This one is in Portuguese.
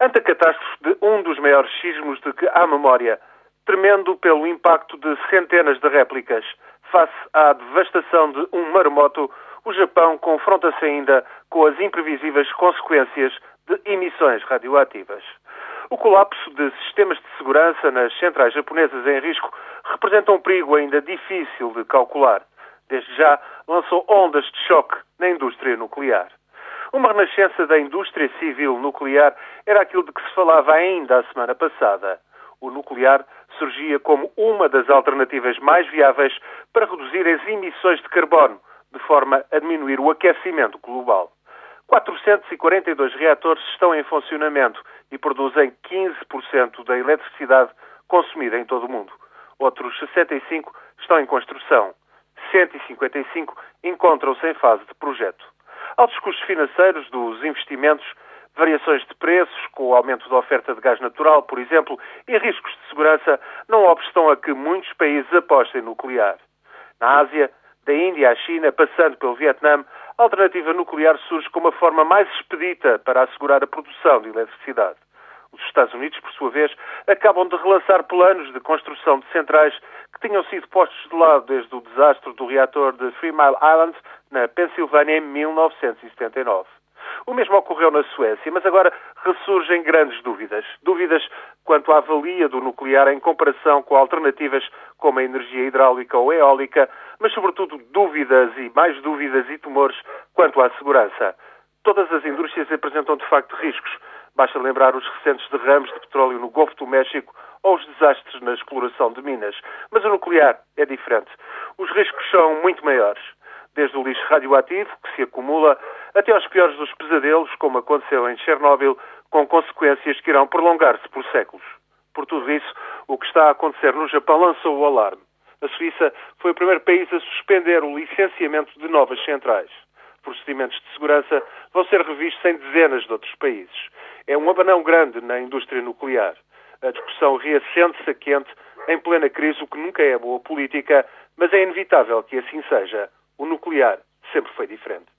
ante a catástrofe de um dos maiores sismos de que há memória, tremendo pelo impacto de centenas de réplicas, face à devastação de um maremoto, o Japão confronta-se ainda com as imprevisíveis consequências de emissões radioativas. O colapso de sistemas de segurança nas centrais japonesas em risco representa um perigo ainda difícil de calcular. Desde já lançou ondas de choque na indústria nuclear. Uma renascença da indústria civil nuclear era aquilo de que se falava ainda a semana passada. O nuclear surgia como uma das alternativas mais viáveis para reduzir as emissões de carbono, de forma a diminuir o aquecimento global. 442 reatores estão em funcionamento e produzem 15% da eletricidade consumida em todo o mundo. Outros 65 estão em construção. 155 encontram-se em fase de projeto. Altos custos financeiros dos investimentos, variações de preços, com o aumento da oferta de gás natural, por exemplo, e riscos de segurança não obstam a que muitos países apostem no nuclear. Na Ásia, da Índia à China, passando pelo Vietnã, a alternativa nuclear surge como a forma mais expedita para assegurar a produção de eletricidade. Os Estados Unidos, por sua vez, acabam de relançar planos de construção de centrais que tinham sido postos de lado desde o desastre do reator de Three Mile Island, na Pensilvânia, em 1979. O mesmo ocorreu na Suécia, mas agora ressurgem grandes dúvidas. Dúvidas quanto à valia do nuclear em comparação com alternativas como a energia hidráulica ou eólica, mas sobretudo dúvidas e temores quanto à segurança. Todas as indústrias apresentam de facto riscos. Basta lembrar os recentes derrames de petróleo no Golfo do México ou os desastres na exploração de minas. Mas o nuclear é diferente. Os riscos são muito maiores. Desde o lixo radioativo, que se acumula, até aos piores dos pesadelos, como aconteceu em Chernobyl, com consequências que irão prolongar-se por séculos. Por tudo isso, o que está a acontecer no Japão lançou o alarme. A Suíça foi o primeiro país a suspender o licenciamento de novas centrais. Procedimentos de segurança vão ser revistos em dezenas de outros países. É um abanão grande na indústria nuclear. A discussão reacende-se a quente, em plena crise, o que nunca é boa política, mas é inevitável que assim seja. O nuclear sempre foi diferente.